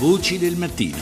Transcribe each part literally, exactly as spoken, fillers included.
Voci del mattino.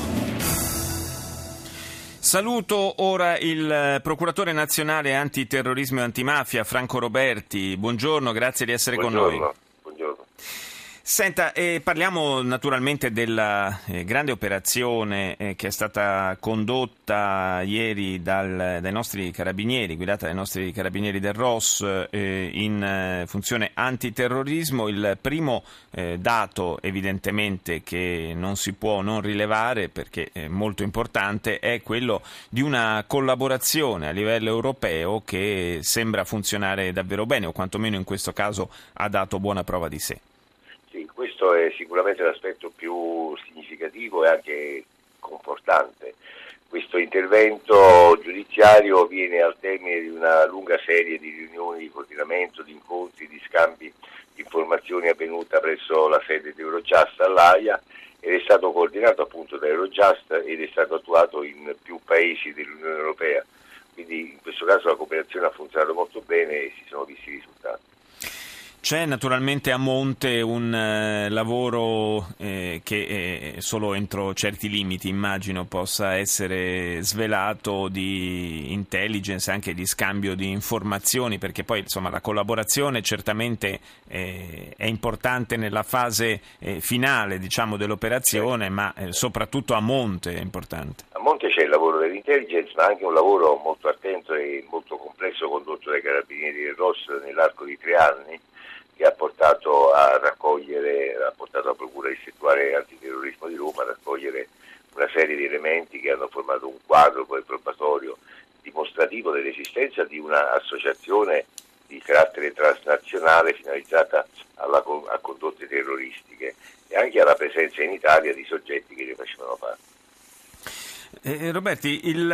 Saluto ora il procuratore nazionale antiterrorismo e antimafia Franco Roberti. Buongiorno, grazie di essere Buongiorno. con noi. Buongiorno. Senta, eh, parliamo naturalmente della eh, grande operazione eh, che è stata condotta ieri dal, dai nostri carabinieri, guidata dai nostri carabinieri del R O S eh, in eh, funzione antiterrorismo. Il primo eh, dato evidentemente che non si può non rilevare, perché è molto importante, è quello di una collaborazione a livello europeo che sembra funzionare davvero bene, o quantomeno in questo caso ha dato buona prova di sé. Sì, questo è sicuramente l'aspetto più significativo e anche confortante. Questo intervento giudiziario viene al termine di una lunga serie di riunioni di coordinamento, di incontri, di scambi di informazioni avvenuta presso la sede di Eurojust all'Aia ed è stato coordinato appunto da Eurojust ed è stato attuato in più paesi dell'Unione Europea. Quindi in questo caso la cooperazione ha funzionato molto bene e si sono visti i risultati. C'è naturalmente a monte un eh, lavoro eh, che eh, solo entro certi limiti, immagino, possa essere svelato, di intelligence, anche di scambio di informazioni, perché poi insomma la collaborazione certamente eh, è importante nella fase eh, finale, diciamo, dell'operazione, sì. ma eh, soprattutto a monte è importante. A monte c'è il lavoro dell'intelligence, ma anche un lavoro molto attento e molto complesso condotto dai carabinieri del R O S nell'arco di tre anni, che ha portato a raccogliere, ha portato la Procura distrettuale antiterrorismo di Roma a raccogliere una serie di elementi che hanno formato un quadro poi probatorio dimostrativo dell'esistenza di un'associazione di carattere transnazionale finalizzata alla, a condotte terroristiche e anche alla presenza in Italia di soggetti che ne facevano parte. Eh, Roberti, il,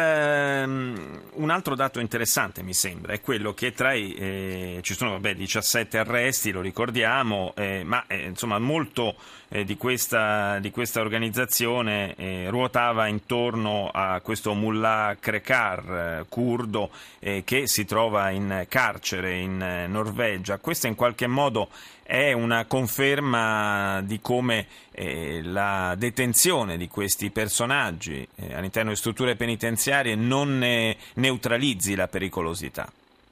um, un altro dato interessante mi sembra è quello che tra i eh, ci sono vabbè, diciassette arresti, lo ricordiamo, eh, ma eh, insomma molto eh, di, questa, di questa organizzazione eh, ruotava intorno a questo Mullah Krekar eh, curdo eh, che si trova in carcere in eh, Norvegia. Questo in qualche modo è una conferma di come eh, la detenzione di questi personaggi eh, all'interno di strutture penitenziarie non ne neutralizzi la pericolosità.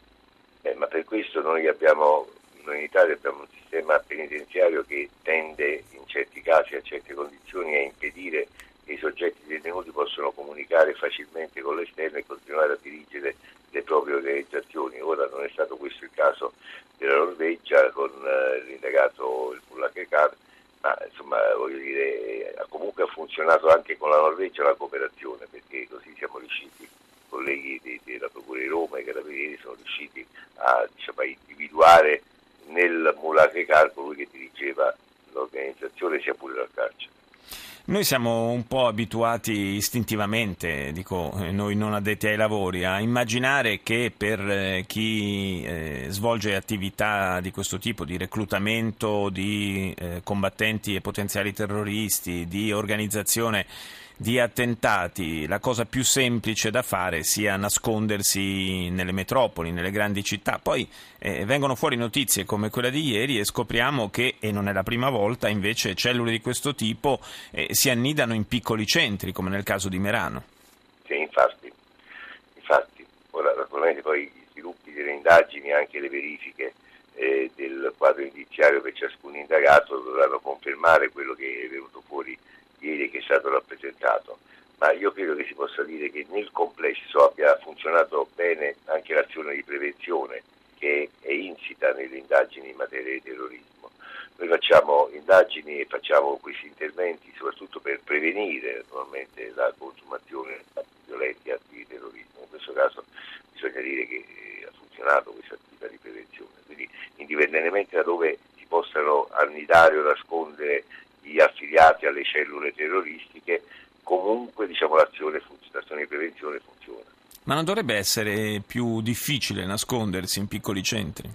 Eh, ma per questo noi abbiamo, noi in Italia abbiamo un sistema penitenziario che tende in certi casi, a certe condizioni, a impedire che i soggetti detenuti possano comunicare facilmente con l'esterno e continuare a dirigere le proprie organizzazioni. Ora non è stato questo il caso della Norvegia con eh, l'indagato il Mullah Krekar, ma insomma voglio dire comunque ha funzionato anche con la Norvegia la cooperazione, perché così siamo riusciti, colleghi de, della Procura di Roma e i carabinieri sono riusciti a, diciamo, a individuare nel Mullah Krekar colui che dirigeva l'organizzazione sia pure dal carcere. Noi siamo un po' abituati istintivamente, dico noi non addetti ai lavori, a immaginare che per chi eh, svolge attività di questo tipo, di reclutamento di eh, combattenti e potenziali terroristi, di organizzazione di attentati, la cosa più semplice da fare sia nascondersi nelle metropoli, nelle grandi città. Poi eh, vengono fuori notizie come quella di ieri e scopriamo che, e non è la prima volta, invece cellule di questo tipo eh, si annidano in piccoli centri, come nel caso di Merano. Sì, infatti, infatti, ora naturalmente poi gli sviluppi delle indagini, anche le verifiche eh, del quadro indiziario per ciascun indagato dovranno confermare quello che è venuto fuori ieri, che è stato rappresentato, ma io credo che si possa dire che nel complesso abbia funzionato bene anche l'azione di prevenzione che è insita nelle indagini in materia di terrorismo. Noi facciamo indagini e facciamo questi interventi soprattutto per prevenire naturalmente la consumazione di violenti atti di terrorismo. In questo caso bisogna dire che ha funzionato questa attività di prevenzione, quindi indipendentemente da dove si possano annidare o nascondere gli affiliati alle cellule terroristiche, comunque diciamo l'azione, l'azione di prevenzione funziona. Ma non dovrebbe essere più difficile nascondersi in piccoli centri?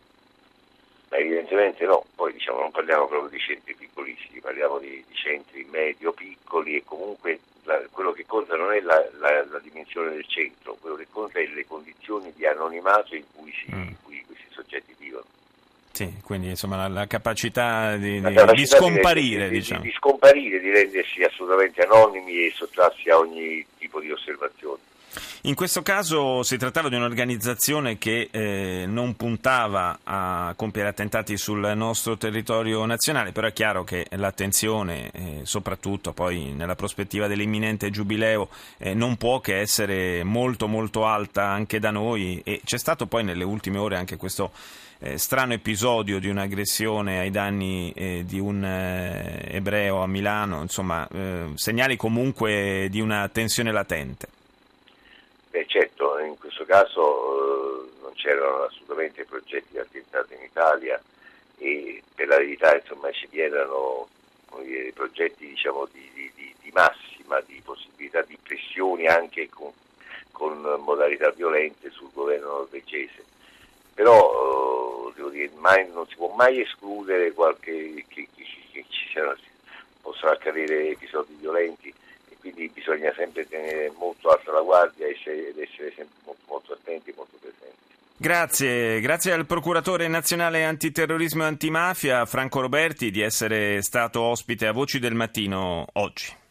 Ma evidentemente no, poi diciamo non parliamo proprio di centri piccolissimi, parliamo di, di centri medio-piccoli e comunque la, quello che conta non è la, la, la dimensione del centro, quello che conta è le condizioni di anonimato in cui, si, mm. in cui questi soggetti vivono. Sì, quindi insomma la, la capacità di, La di, capacità di scomparire, di, di, diciamo. di, di scomparire, di rendersi assolutamente anonimi e sottrarsi a ogni tipo di osservazione. In questo caso si trattava di un'organizzazione che eh, non puntava a compiere attentati sul nostro territorio nazionale, però è chiaro che l'attenzione, eh, soprattutto poi nella prospettiva dell'imminente giubileo, eh, non può che essere molto molto alta anche da noi, e c'è stato poi nelle ultime ore anche questo eh, strano episodio di un'aggressione ai danni eh, di un eh, ebreo a Milano, insomma eh, segnali comunque di una tensione latente. Beh, certo, in questo caso eh, non c'erano assolutamente progetti di attentato in Italia e per la verità insomma ci erano dire, progetti diciamo, di, di, di, di massima, di possibilità di pressioni anche con, con modalità violente sul governo norvegese. Però eh, devo dire, mai, non si può mai escludere qualche, che, che, che ci siano, possano accadere episodi violenti. Quindi bisogna sempre tenere molto alta la guardia ed essere sempre molto, molto attenti e molto presenti. Grazie, grazie al procuratore nazionale antiterrorismo e antimafia Franco Roberti di essere stato ospite a Voci del Mattino oggi.